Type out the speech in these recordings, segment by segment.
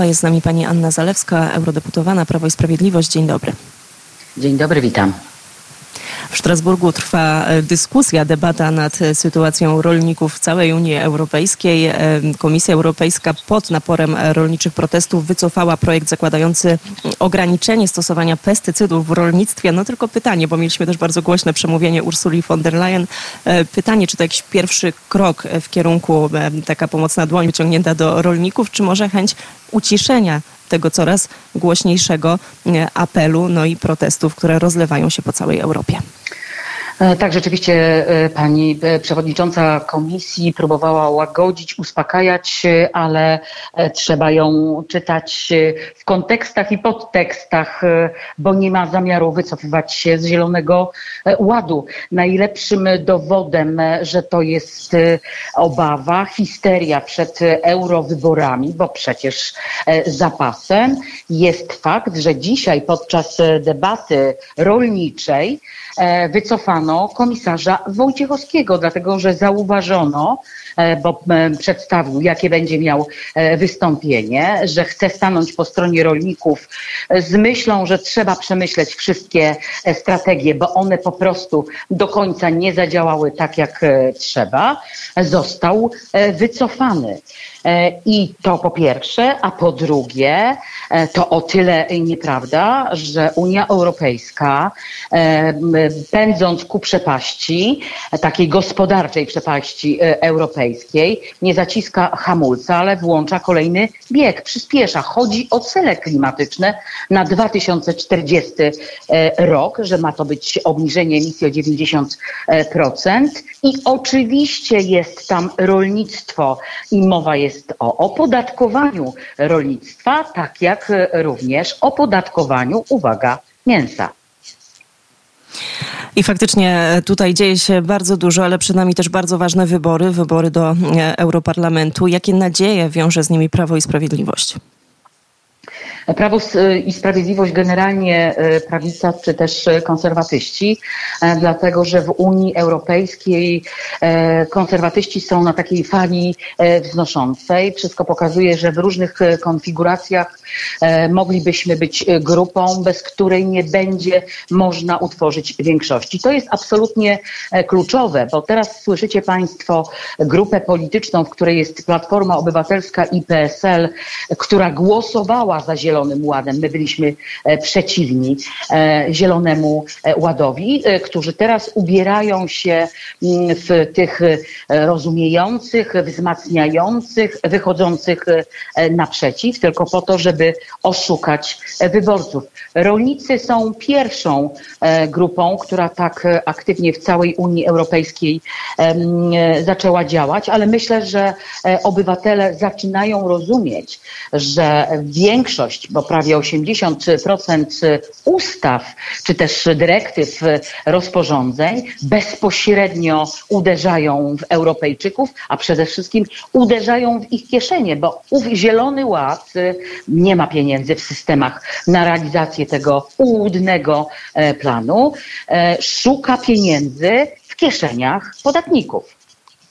Jest z nami pani Anna Zalewska, eurodeputowana Prawo i Sprawiedliwość. Dzień dobry. Dzień dobry, witam. W Strasburgu trwa dyskusja, debata nad sytuacją rolników w całej Unii Europejskiej. Komisja Europejska pod naporem rolniczych protestów wycofała projekt zakładający ograniczenie stosowania pestycydów w rolnictwie. No tylko pytanie, bo mieliśmy też bardzo głośne przemówienie Ursuli von der Leyen. Pytanie, czy to jakiś pierwszy krok w kierunku taka pomocna dłoń wyciągnięta do rolników, czy może chęć uciszenia tego coraz głośniejszego apelu, no i protestów, które rozlewają się po całej Europie. Tak, rzeczywiście pani przewodnicząca komisji próbowała łagodzić, uspokajać, ale trzeba ją czytać w kontekstach i podtekstach, bo nie ma zamiaru wycofywać się z Zielonego Ładu. Najlepszym dowodem, że to jest obawa, histeria przed eurowyborami, bo przecież zapasem jest fakt, że dzisiaj podczas debaty rolniczej wycofano komisarza Wojciechowskiego, dlatego że zauważono, bo przedstawił, jakie będzie miał wystąpienie, że chce stanąć po stronie rolników z myślą, że trzeba przemyśleć wszystkie strategie, bo one po prostu do końca nie zadziałały tak, jak trzeba. Został wycofany. I to po pierwsze, a po drugie, to o tyle nieprawda, że Unia Europejska, pędząc ku przepaści, takiej gospodarczej przepaści europejskiej, nie zaciska hamulca, ale włącza kolejny bieg, przyspiesza. Chodzi o cele klimatyczne na 2040 rok, że ma to być obniżenie emisji o 90%. I oczywiście jest tam rolnictwo i mowa jest o opodatkowaniu rolnictwa, tak jak również opodatkowaniu, uwaga, mięsa. I faktycznie tutaj dzieje się bardzo dużo, ale przed nami też bardzo ważne wybory do Europarlamentu. Jakie nadzieje wiąże z nimi Prawo i Sprawiedliwość? Prawo i Sprawiedliwość, generalnie prawica czy też konserwatyści, dlatego że w Unii Europejskiej konserwatyści są na takiej fali wznoszącej. Wszystko pokazuje, że w różnych konfiguracjach moglibyśmy być grupą, bez której nie będzie można utworzyć większości. To jest absolutnie kluczowe, bo teraz słyszycie Państwo grupę polityczną, w której jest Platforma Obywatelska i PSL, która głosowała za Zielonym Ładem. My byliśmy przeciwni Zielonemu Ładowi, którzy teraz ubierają się w tych rozumiejących, wzmacniających, wychodzących naprzeciw, tylko po to, żeby oszukać wyborców. Rolnicy są pierwszą grupą, która tak aktywnie w całej Unii Europejskiej zaczęła działać, ale myślę, że obywatele zaczynają rozumieć, że większość, bo prawie 80% ustaw, czy też dyrektyw, rozporządzeń bezpośrednio uderzają w Europejczyków, a przede wszystkim uderzają w ich kieszenie, bo ów Zielony Ład nie ma pieniędzy w systemach na realizację tego ułudnego planu, szuka pieniędzy w kieszeniach podatników.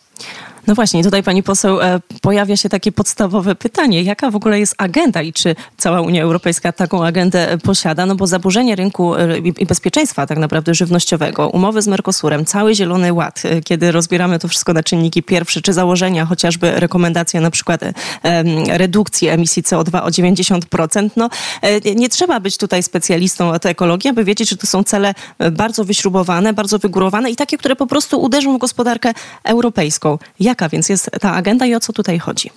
No właśnie, tutaj pani poseł pojawia się takie podstawowe pytanie, jaka w ogóle jest agenda i czy cała Unia Europejska taką agendę posiada, no bo zaburzenie rynku i bezpieczeństwa tak naprawdę żywnościowego, umowy z Mercosurem, cały Zielony Ład, kiedy rozbieramy to wszystko na czynniki pierwsze, czy założenia, chociażby rekomendacja na przykład redukcji emisji CO2 o 90%, no nie trzeba być tutaj specjalistą od ekologii, aby wiedzieć, że to są cele bardzo wyśrubowane, bardzo wygórowane i takie, które po prostu uderzą w gospodarkę europejską. Jaka więc jest ta agenda i o co tutaj chodzi?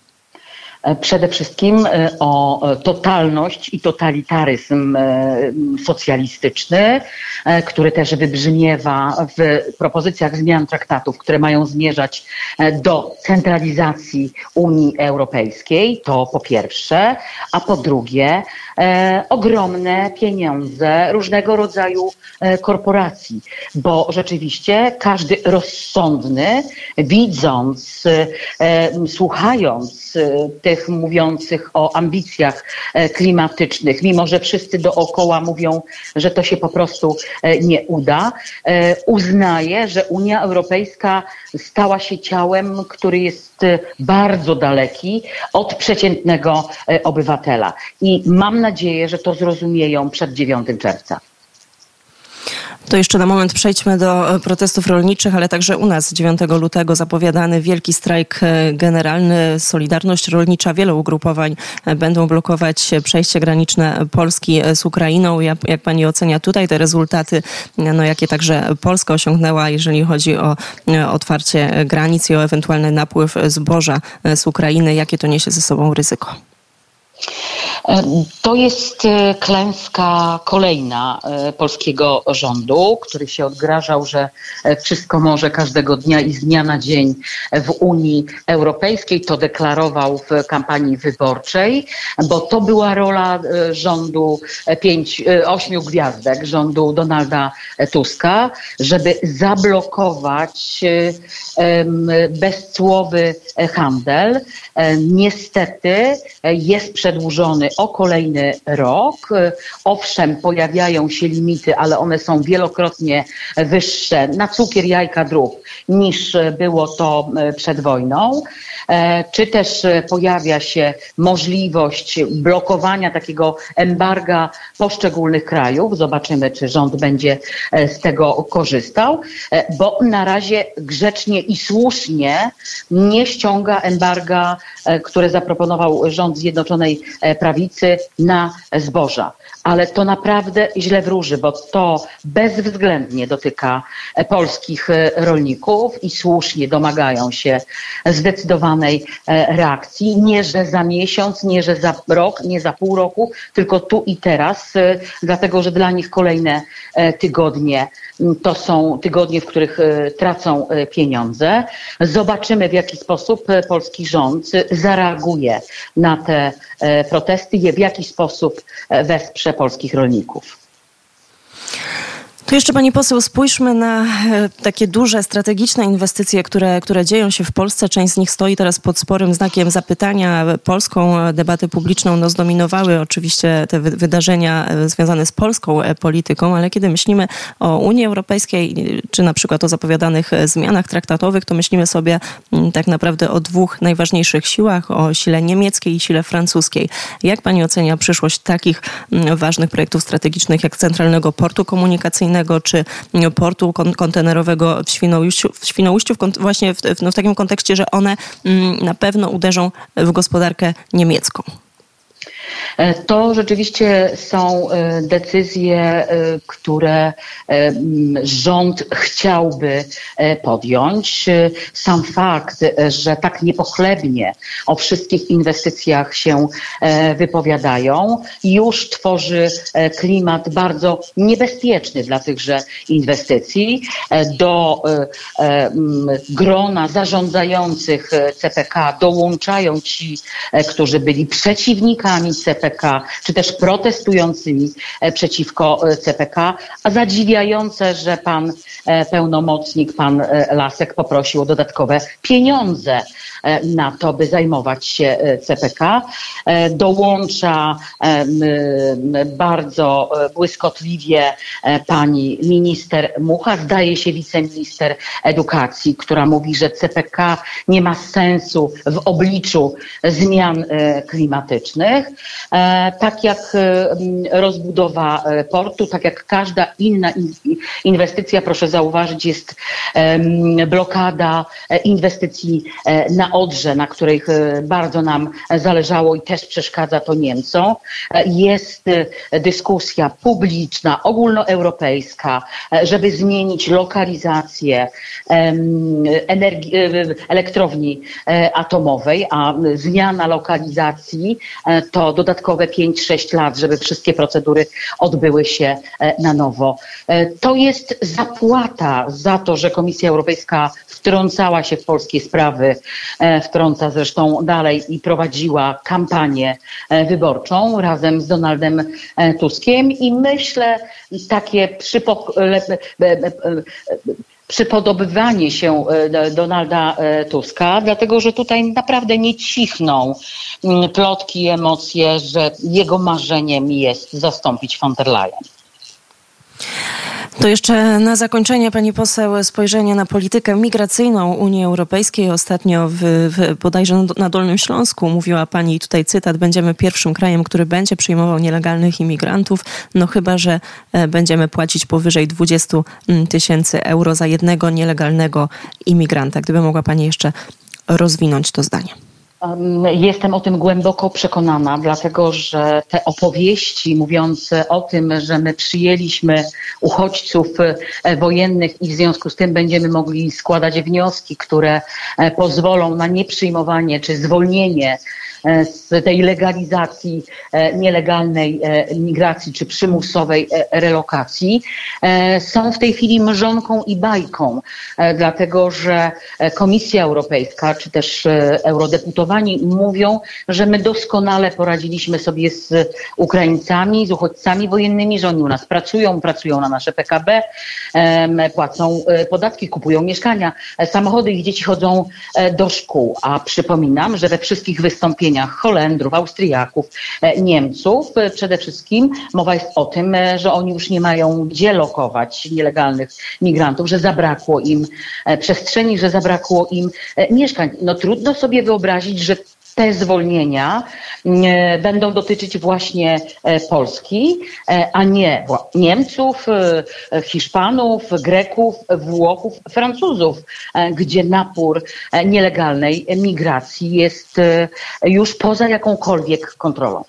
Przede wszystkim o totalność i totalitaryzm socjalistyczny, który też wybrzmiewa w propozycjach zmian traktatów, które mają zmierzać do centralizacji Unii Europejskiej. To po pierwsze, a po drugie ogromne pieniądze różnego rodzaju korporacji, bo rzeczywiście każdy rozsądny, widząc, słuchając tych mówiących o ambicjach klimatycznych, mimo że wszyscy dookoła mówią, że to się po prostu nie uda, uznaje, że Unia Europejska stała się ciałem, który jest bardzo daleki od przeciętnego obywatela. I mam nadzieję, że to zrozumieją przed 9 czerwca. To jeszcze na moment przejdźmy do protestów rolniczych, ale także u nas 9 lutego zapowiadany wielki strajk generalny. Solidarność Rolnicza, wiele ugrupowań będą blokować przejście graniczne Polski z Ukrainą. Jak pani ocenia tutaj te rezultaty, jakie także Polska osiągnęła, jeżeli chodzi o otwarcie granic i o ewentualny napływ zboża z Ukrainy? Jakie to niesie ze sobą ryzyko? To jest klęska kolejna polskiego rządu, który się odgrażał, że wszystko może każdego dnia i z dnia na dzień w Unii Europejskiej. To deklarował w kampanii wyborczej, bo to była rola rządu 8 gwiazdek, rządu Donalda Tuska, żeby zablokować bezcłowy handel. Niestety jest przedłużony o kolejny rok. Owszem, pojawiają się limity, ale one są wielokrotnie wyższe na cukier, jajka, drób niż było to przed wojną. Czy też pojawia się możliwość blokowania takiego embarga poszczególnych krajów. Zobaczymy, czy rząd będzie z tego korzystał, bo na razie grzecznie i słusznie nie ściąga embarga, które zaproponował rząd Zjednoczonej Prawicy na zboża. Ale to naprawdę źle wróży, bo to bezwzględnie dotyka polskich rolników i słusznie domagają się zdecydowanej reakcji. Nie, że za miesiąc, nie, że za rok, nie za pół roku, tylko tu i teraz, dlatego że dla nich kolejne tygodnie to są tygodnie, w których tracą pieniądze. Zobaczymy, w jaki sposób polski rząd zareaguje na te protesty i w jaki sposób wesprze polskich rolników. To jeszcze pani poseł, spójrzmy na takie duże, strategiczne inwestycje, które dzieją się w Polsce. Część z nich stoi teraz pod sporym znakiem zapytania. Polską debatę publiczną zdominowały oczywiście te wydarzenia związane z polską polityką, ale kiedy myślimy o Unii Europejskiej, czy na przykład o zapowiadanych zmianach traktatowych, to myślimy sobie tak naprawdę o dwóch najważniejszych siłach, o sile niemieckiej i sile francuskiej. Jak pani ocenia przyszłość takich ważnych projektów strategicznych jak Centralnego Portu Komunikacyjnego, czy portu kontenerowego w Świnoujściu właśnie w takim kontekście, że one na pewno uderzą w gospodarkę niemiecką? To rzeczywiście są decyzje, które rząd chciałby podjąć. Sam fakt, że tak niepochlebnie o wszystkich inwestycjach się wypowiadają, już tworzy klimat bardzo niebezpieczny dla tychże inwestycji. Do grona zarządzających CPK dołączają ci, którzy byli przeciwnikami CPK, czy też protestującymi przeciwko CPK, a zadziwiające, że pan pełnomocnik, pan Lasek poprosił o dodatkowe pieniądze na to, by zajmować się CPK. Dołącza bardzo błyskotliwie pani minister Mucha, zdaje się wiceminister edukacji, która mówi, że CPK nie ma sensu w obliczu zmian klimatycznych. Tak jak rozbudowa portu, tak jak każda inna inwestycja, proszę zauważyć, jest blokada inwestycji na Odrze, na których bardzo nam zależało i też przeszkadza to Niemcom. Jest dyskusja publiczna, ogólnoeuropejska, żeby zmienić lokalizację elektrowni atomowej, a zmiana lokalizacji to dodatkowe dodatkowe 5-6 lat, żeby wszystkie procedury odbyły się na nowo. To jest zapłata za to, że Komisja Europejska wtrącała się w polskie sprawy, wtrąca zresztą dalej i prowadziła kampanię wyborczą razem z Donaldem Tuskiem i myślę, takie przypodobywanie się Donalda Tuska, dlatego że tutaj naprawdę nie cichną plotki i emocje, że jego marzeniem jest zastąpić von der Leyen. To jeszcze na zakończenie, pani poseł, spojrzenie na politykę migracyjną Unii Europejskiej. Ostatnio bodajże na Dolnym Śląsku mówiła pani, tutaj cytat, będziemy pierwszym krajem, który będzie przyjmował nielegalnych imigrantów, no chyba że będziemy płacić powyżej 20 000 euro za jednego nielegalnego imigranta. Gdyby mogła pani jeszcze rozwinąć to zdanie. Jestem o tym głęboko przekonana, dlatego że te opowieści mówiące o tym, że my przyjęliśmy uchodźców wojennych i w związku z tym będziemy mogli składać wnioski, które pozwolą na nieprzyjmowanie czy zwolnienie z tej legalizacji nielegalnej migracji czy przymusowej relokacji, są w tej chwili mrzonką i bajką, dlatego że Komisja Europejska czy też eurodeputowani mówią, że my doskonale poradziliśmy sobie z Ukraińcami, z uchodźcami wojennymi, że oni u nas pracują na nasze PKB, płacą podatki, kupują mieszkania, samochody, ich dzieci chodzą do szkół. A przypominam, że we wszystkich wystąpieniach Holendrów, Austriaków, Niemców przede wszystkim mowa jest o tym, że oni już nie mają gdzie lokować nielegalnych migrantów, że zabrakło im przestrzeni, że zabrakło im mieszkań. No trudno sobie wyobrazić, że te zwolnienia będą dotyczyć właśnie Polski, a nie Niemców, Hiszpanów, Greków, Włochów, Francuzów, gdzie napór nielegalnej migracji jest już poza jakąkolwiek kontrolą.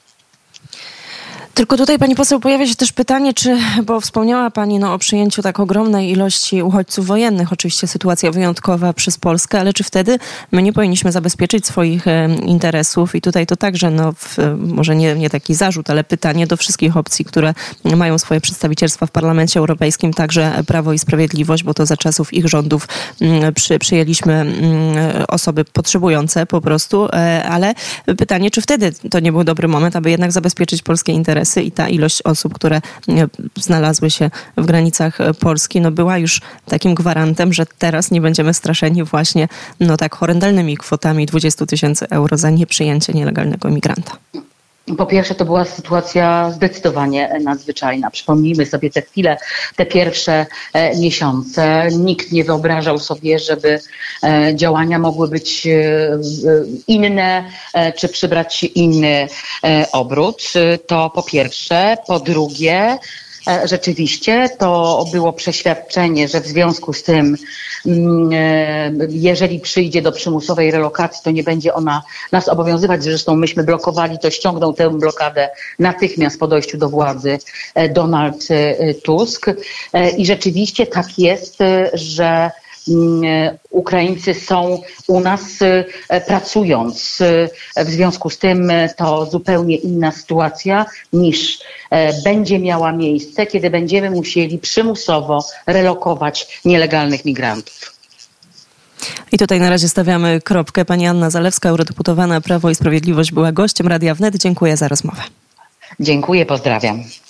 Tylko tutaj, pani poseł, pojawia się też pytanie, bo wspomniała pani o przyjęciu tak ogromnej ilości uchodźców wojennych, oczywiście sytuacja wyjątkowa przez Polskę, ale czy wtedy my nie powinniśmy zabezpieczyć swoich interesów? I tutaj to także, może nie taki zarzut, ale pytanie do wszystkich opcji, które mają swoje przedstawicielstwa w Parlamencie Europejskim, także Prawo i Sprawiedliwość, bo to za czasów ich rządów przyjęliśmy osoby potrzebujące po prostu, ale pytanie, czy wtedy to nie był dobry moment, aby jednak zabezpieczyć polskie interesy i ta ilość osób, które znalazły się w granicach Polski, była już takim gwarantem, że teraz nie będziemy straszeni właśnie tak horrendalnymi kwotami 20 000 euro za nieprzyjęcie nielegalnego migranta. Po pierwsze, to była sytuacja zdecydowanie nadzwyczajna. Przypomnijmy sobie te chwile, te pierwsze miesiące. Nikt nie wyobrażał sobie, żeby działania mogły być inne, czy przybrać inny obrót. To po pierwsze. Po drugie, rzeczywiście to było przeświadczenie, że w związku z tym, jeżeli przyjdzie do przymusowej relokacji, to nie będzie ona nas obowiązywać. Zresztą myśmy blokowali to, ściągnął tę blokadę natychmiast po dojściu do władzy Donald Tusk. I rzeczywiście tak jest, że Ukraińcy są u nas pracując. W związku z tym to zupełnie inna sytuacja niż będzie miała miejsce, kiedy będziemy musieli przymusowo relokować nielegalnych migrantów. I tutaj na razie stawiamy kropkę. Pani Anna Zalewska, eurodeputowana Prawo i Sprawiedliwość, była gościem Radia Wnet. Dziękuję za rozmowę. Dziękuję, pozdrawiam.